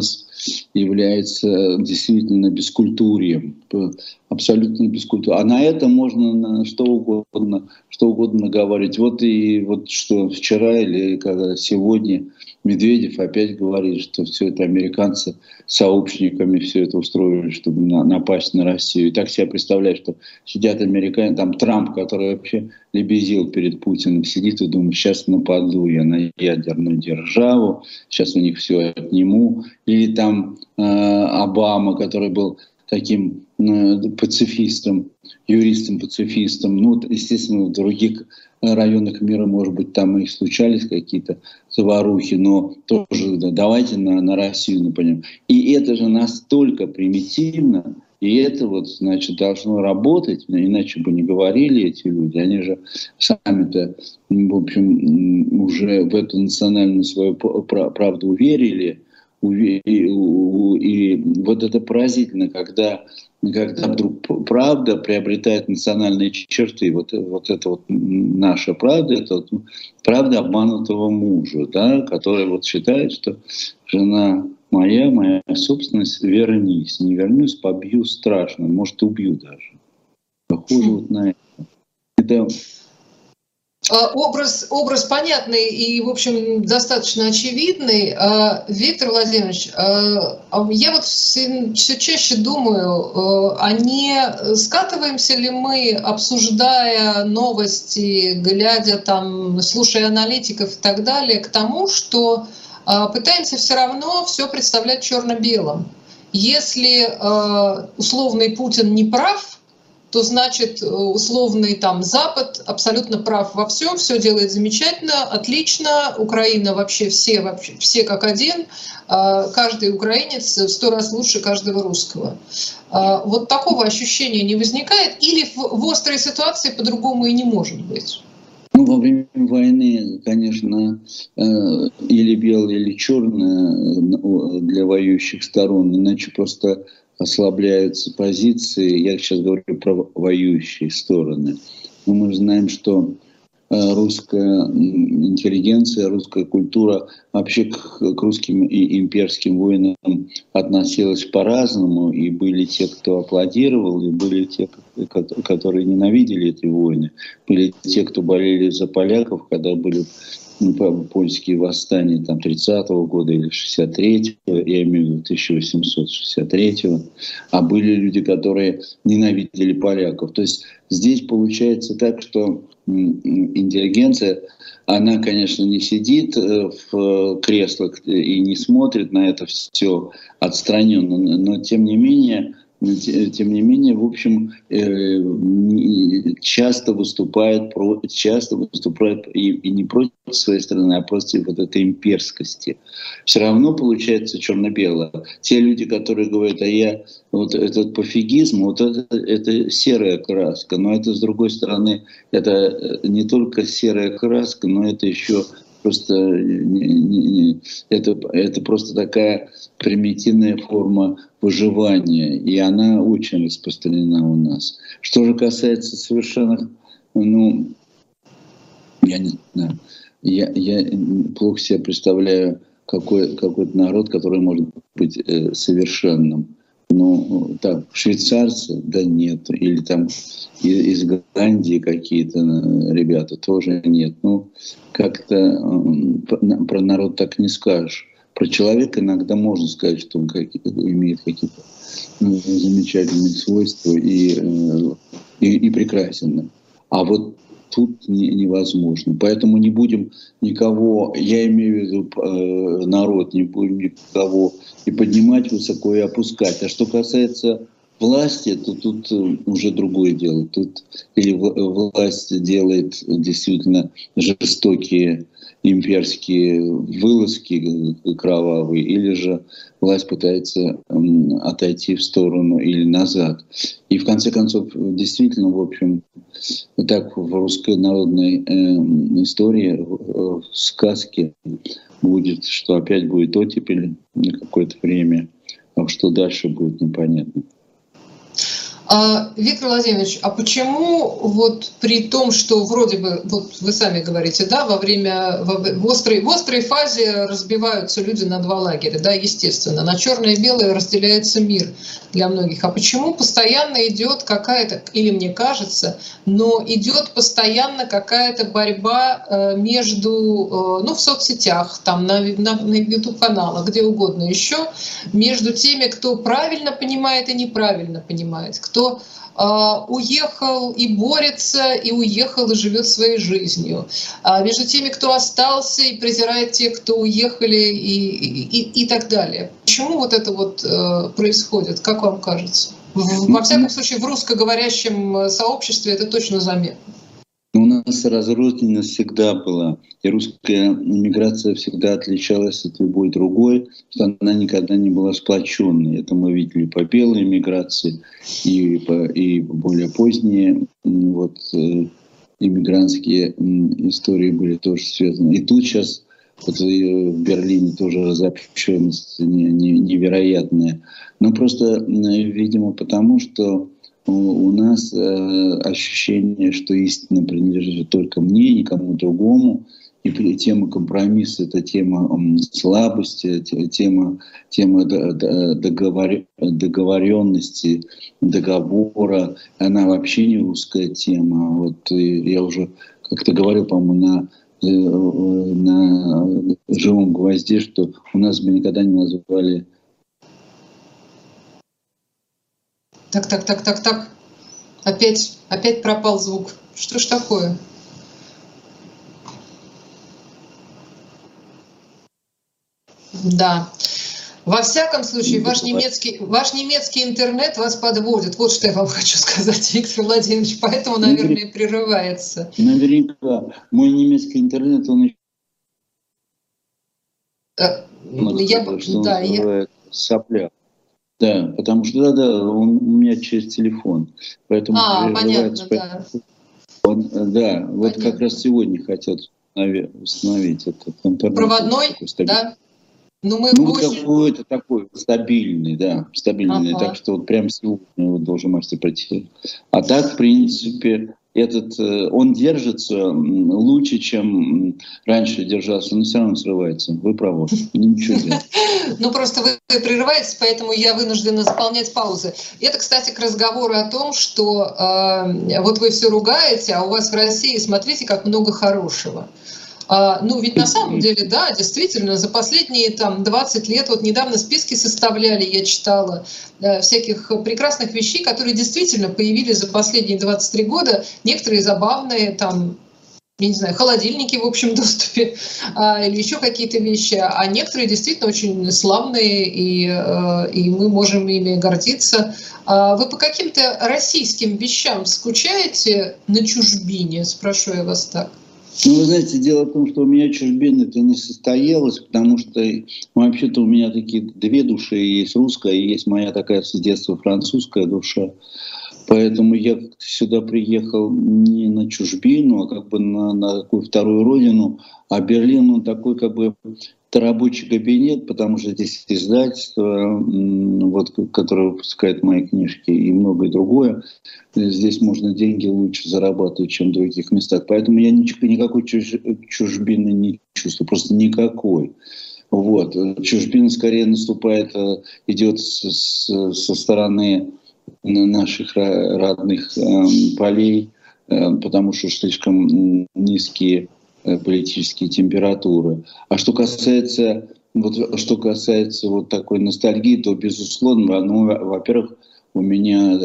является действительно бескультурьем, абсолютно бескультурьем. А на это можно на что угодно, что угодно говорить. Вот и вот что вчера или когда сегодня Медведев опять говорит, что все это американцы сообщниками все это устроили, чтобы на, напасть на Россию. И так себе представляю, что сидят американцы, там Трамп, который вообще лебезил перед Путиным, сидит и думает, сейчас нападу я на ядерную державу, сейчас у них все отниму. Или там э, Обама, который был таким э, пацифистом, юристом-пацифистом. Ну, естественно, в других районах мира, может быть, там и случались какие-то заварухи, но тоже да, давайте на, на Россию нападем. И это же настолько примитивно, и это вот, значит, должно работать, иначе бы не говорили эти люди. Они же сами-то, в общем, уже в эту национальную свою правду уверили. И вот это поразительно, когда, когда вдруг правда приобретает национальные черты. Вот, вот это вот наша правда, это вот правда обманутого мужа, да, который вот считает, что жена моя, моя собственность, вернись. Не вернусь, побью страшно, может, убью даже. Похоже вот на это. Это... Образ, образ понятный и, в общем, достаточно очевидный. Виктор Владимирович, я вот все, все чаще думаю, а не скатываемся ли мы, обсуждая новости, глядя там, слушая аналитиков и так далее, к тому, что пытаемся все равно все представлять черно-белым. Если условный Путин не прав, то значит условный там Запад абсолютно прав во всем, все делает замечательно, отлично, Украина вообще все, вообще, все как один, каждый украинец в сто раз лучше каждого русского. Вот такого ощущения не возникает или в, в острой ситуации по-другому и не может быть? Ну, во время войны, конечно, или белое, или черное для воюющих сторон, иначе просто ослабляются позиции. Я сейчас говорю про воюющие стороны. Но мы же знаем, что русская интеллигенция, русская культура вообще к, к русским и имперским войнам относилась по-разному. И были те, кто аплодировал, и были те, которые ненавидели эти войны. Были те, кто болели за поляков, когда были польские восстания там, тридцатого года или шестьдесят третьего, я имею в виду тысяча восемьсот шестьдесят третьего, а были люди, которые ненавидели поляков. То есть здесь получается так, что интеллигенция, она, конечно, не сидит в креслах и не смотрит на это все отстраненно, но тем не менее, Тем не менее, в общем, часто выступает, часто выступает и, и не против своей страны, а против вот этой имперскости. Все равно получается черно-белое. Те люди, которые говорят, а я вот этот пофигизм, вот это, это серая краска, но это с другой стороны, это не только серая краска, но это еще просто не, не, не, это, это просто такая примитивная форма выживания, и она очень распространена у нас. Что же касается совершенных, ну, я не знаю, я, я плохо себе представляю какой, какой-то народ, который может быть э, совершенным. Ну, так, швейцарцы, да нет, или там из, из Голландии какие-то ребята, тоже нет. Ну, как-то э, про народ так не скажешь. Про человека иногда можно сказать, что он как, имеет какие-то ну, замечательные свойства и, э, и, и прекрасен. А вот тут не, невозможно. Поэтому не будем никого, я имею в виду э, народ, не будем никого и поднимать высоко, и опускать. А что касается власти, то тут уже другое дело. Тут или власть делает действительно жестокие имперские вылазки кровавые, или же власть пытается отойти в сторону или назад. И в конце концов, действительно, в общем, так в русской народной э, истории, в, в сказке будет, что опять будет оттепель на какое-то время, а что дальше будет непонятно. А, Виктор Владимирович, а почему вот при том, что вроде бы, вот вы сами говорите, да, во время, в острой, в острой фазе разбиваются люди на два лагеря, да, естественно, на черное и белое разделяется мир для многих. А почему постоянно идет какая-то, или мне кажется, но идет постоянно какая-то борьба между, ну, в соцсетях, там, на, на, на YouTube-каналах, где угодно еще, между теми, кто правильно понимает и неправильно понимает, кто э, уехал и борется, и уехал и живет своей жизнью. А между теми, кто остался и презирает тех, кто уехали, и, и, и так далее. Почему вот это вот э, происходит, как вам кажется? Во всяком случае, в русскоговорящем сообществе это точно заметно. У нас разрозненность всегда была, и русская иммиграция всегда отличалась от любой другой, что она никогда не была сплоченной. Это мы видели по белой иммиграции и, по, и более поздние вот, иммигрантские истории были тоже связаны. И тут сейчас вот в Берлине тоже разобщенность невероятная. Но просто, видимо, потому что у нас э, ощущение, что истина принадлежит только мне, никому другому. И тема компромисса — это тема э, слабости, тема, тема договор, договоренности, договора. Она вообще не русская тема. Вот я уже как-то говорил, по-моему, на, на «Живом гвозде», что у нас бы никогда не называли. Так, так, так, так, так. Опять, опять пропал звук. Что ж такое? Да. Во всяком случае, ваш немецкий, ваш немецкий интернет вас подводит. Вот что я вам хочу сказать, Виктор Владимирович. Поэтому, наверное, прерывается. Наверняка. Мой немецкий интернет, он еще... Я, что да, я... сопля. Да, потому что да, да, он у меня через телефон, поэтому а, понятно, да. Он, да, вот понятно. Как раз сегодня хотят установить этот интернет. Проводной, да? Ну, мы ну очень... какой-то такой стабильный, да, стабильный, ага. Так что вот прямо сегодня вот должен мастер пройти. А так, в принципе, этот, он держится лучше, чем раньше держался, но все равно срывается. Вы правы, ничего делать. Ну, просто вы прерываетесь, поэтому я вынуждена заполнять паузы. Это, кстати, к разговору о том, что э, вот вы все ругаете, а у вас в России, смотрите, как много хорошего. А, ну, ведь на самом деле, да, действительно, за последние там двадцать лет, вот недавно списки составляли, я читала, э, всяких прекрасных вещей, которые действительно появились за последние двадцать три года, некоторые забавные, там, я не знаю, холодильники в общем доступе а, или еще какие-то вещи, а некоторые действительно очень славные, и, э, и мы можем ими гордиться. А вы по каким-то российским вещам скучаете на чужбине, спрошу я вас так? Ну, вы знаете, дело в том, что у меня чужбина-то не состоялась, потому что вообще-то у меня такие две души, есть русская, и есть моя такая с детства французская душа. Поэтому я как-то сюда приехал не на чужбину, а как бы на, на такую вторую родину. А Берлин, он такой как бы рабочий кабинет, потому что здесь издательство, вот, которое выпускает мои книжки, и многое другое. Здесь можно деньги лучше зарабатывать, чем в других местах. Поэтому я ничего, никакой чуж, чужбины не чувствую, просто никакой. Вот. Чужбина скорее наступает, идет с, с, со стороны наших родных э, полей, э, потому что слишком низкие э, политические температуры. А что касается, вот, что касается вот такой ностальгии, то, безусловно, ну, во-первых, у меня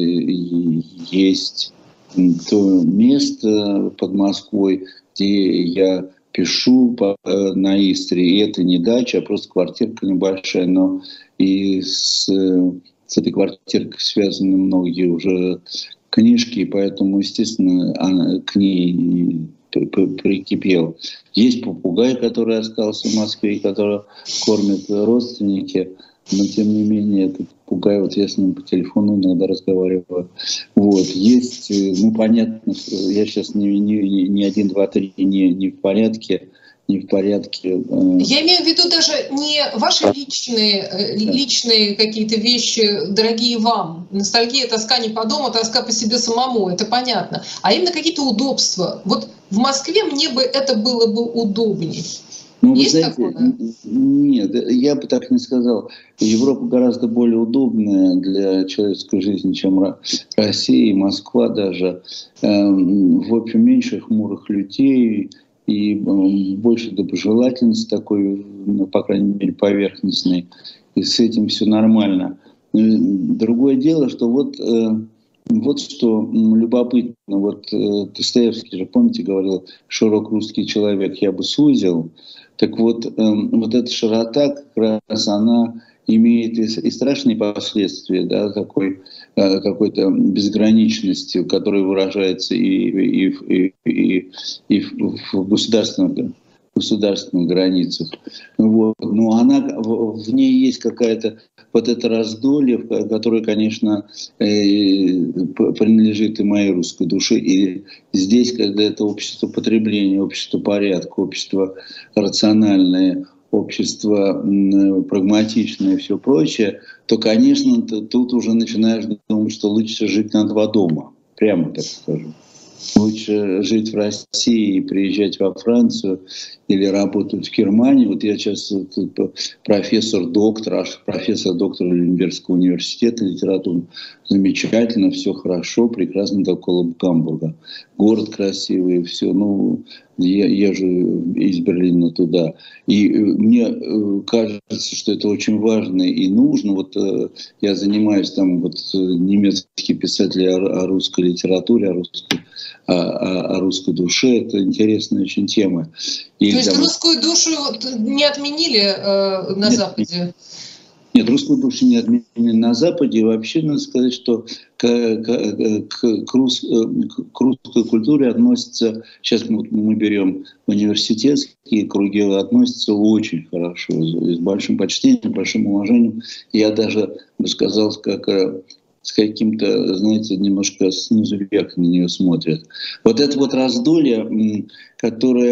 э, есть то место под Москвой, где я пишу по, э, на Истре, и это не дача, а просто квартирка небольшая, но и с... С этой квартиркой связаны многие уже книжки, и поэтому, естественно, она к ней прикипел. Есть попугай, который остался в Москве, и который кормят родственники, но тем не менее этот попугай, вот я с ним по телефону иногда разговариваю. Вот. Есть, ну понятно, что я сейчас не, не, не один, два, три не, не в порядке, не в порядке. Я имею в виду даже не ваши личные, личные какие-то вещи, дорогие вам. Ностальгия, тоска не по дому, тоска по себе самому, это понятно. А именно какие-то удобства. Вот в Москве мне бы это было бы удобнее. Ну, вы знаете, такое? Нет, я бы так не сказал. Европа гораздо более удобная для человеческой жизни, чем Россия и Москва даже. В общем, меньше хмурых людей и больше доброжелательности такой, по крайней мере, поверхностной. И с этим все нормально. Другое дело, что вот... Вот что любопытно, вот Достоевский же, помните, говорил, широк русский человек я бы сузил. Так вот, вот эта широта как раз она имеет и страшные последствия, да, такой какой-то безграничности, которая выражается и, и, и, и, и в государственном государственных границах. Вот. Но она, в ней есть какая-то вот это раздолье, которое, конечно, принадлежит и моей русской душе. И здесь, когда это общество потребления, общество порядка, общество рациональное, общество прагматичное и все прочее, то, конечно, тут уже начинаешь думать, что лучше жить на два дома. Прямо так скажу. Лучше жить в России и приезжать во Францию или работать в Германии. Вот я сейчас профессор-доктор, аж профессор-доктор Люнебергского университета литературы. Замечательно, все хорошо, прекрасно около Гамбурга. Город красивый, все. Ну, я езжу из Берлина туда. И мне кажется, что это очень важно и нужно. Вот я занимаюсь там, вот немецкие писатели о русской литературе, о русской, о, о, о русской душе. Это интересная очень тема. И то есть там... русскую душу не отменили э, на нет, Западе? Нет, русскую душу не отменили на Западе. И вообще надо сказать, что к, к, к, к, рус, к русской культуре относятся, сейчас мы, мы берем университетские круги, относятся очень хорошо, с большим почтением, большим уважением. Я даже бы сказал, как... с каким-то, знаете, немножко снизу вверх на нее смотрят. Вот это вот раздолье, которое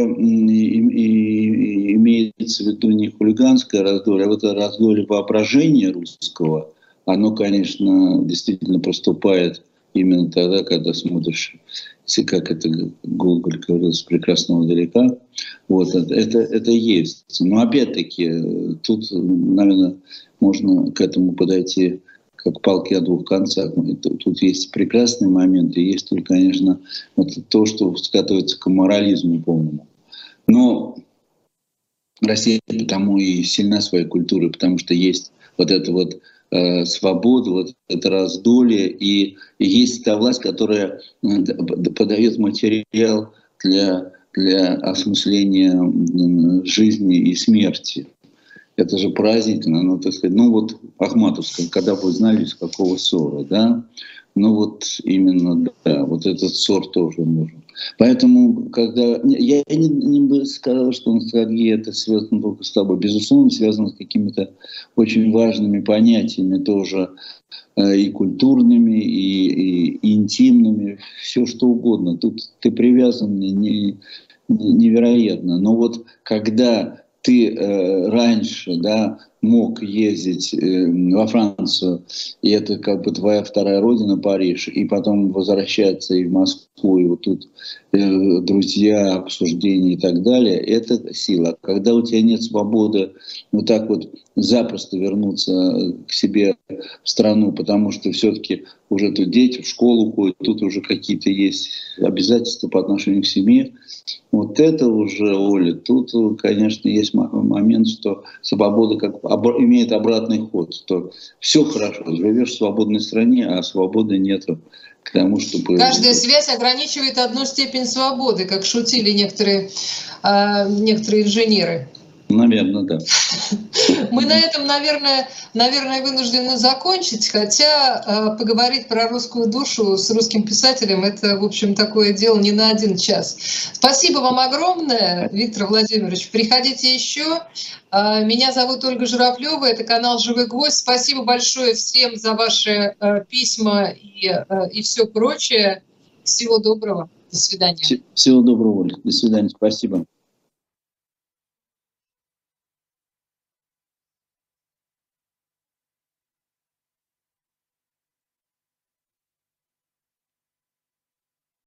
имеется в виду не хулиганское раздолье, а вот это раздолье воображения русского, оно, конечно, действительно проступает именно тогда, когда смотришь, если как это Гоголь говорил, с прекрасного далека. Вот, это, это есть. Но опять-таки, тут, наверное, можно к этому подойти как палки о двух концах. Тут есть прекрасные моменты, есть только, конечно, вот то, что скатывается к морализму полному. Но Россия потому и сильна своей культурой, потому что есть вот эта вот э, свобода, вот это раздолье, и, и есть та власть, которая подает материал для, для осмысления жизни и смерти. Это же поразительно. Ну, так сказать, ну вот Ахматовская, когда вы знали, из какого ссора, да? Ну вот именно, да, вот этот ссор тоже нужен. Поэтому, когда... Я не, не бы сказал, что ностальгия это связано только с тобой. Безусловно, связано с какими-то очень важными понятиями тоже, и культурными, и, и, и интимными, все что угодно. Тут ты привязан не, не, невероятно. Но вот когда ты э, раньше, да, мог ездить э, во Францию, и это как бы твоя вторая родина, Париж, и потом возвращаться и в Москву, и вот тут э, друзья, обсуждения и так далее, это сила. Когда у тебя нет свободы вот так вот запросто вернуться к себе в страну, потому что все-таки уже тут дети в школу ходят, тут уже какие-то есть обязательства по отношению к семье. Вот это уже, Оля, тут, конечно, есть момент, что свобода как имеет обратный ход, что все хорошо, живешь в свободной стране, а свободы нету к тому, чтобы... Каждая связь ограничивает одну степень свободы, как шутили некоторые, э, некоторые инженеры. Наверное, да. Мы на этом, наверное, наверное, вынуждены закончить, хотя э, поговорить про русскую душу с русским писателем – это, в общем, такое дело не на один час. Спасибо вам огромное, Виктор Владимирович. Приходите еще. Э, меня зовут Ольга Журавлева, это канал «Живой гвоздь». Спасибо большое всем за ваши э, письма и, э, и все прочее. Всего доброго. До свидания. Всего доброго, Оля. До свидания. Спасибо.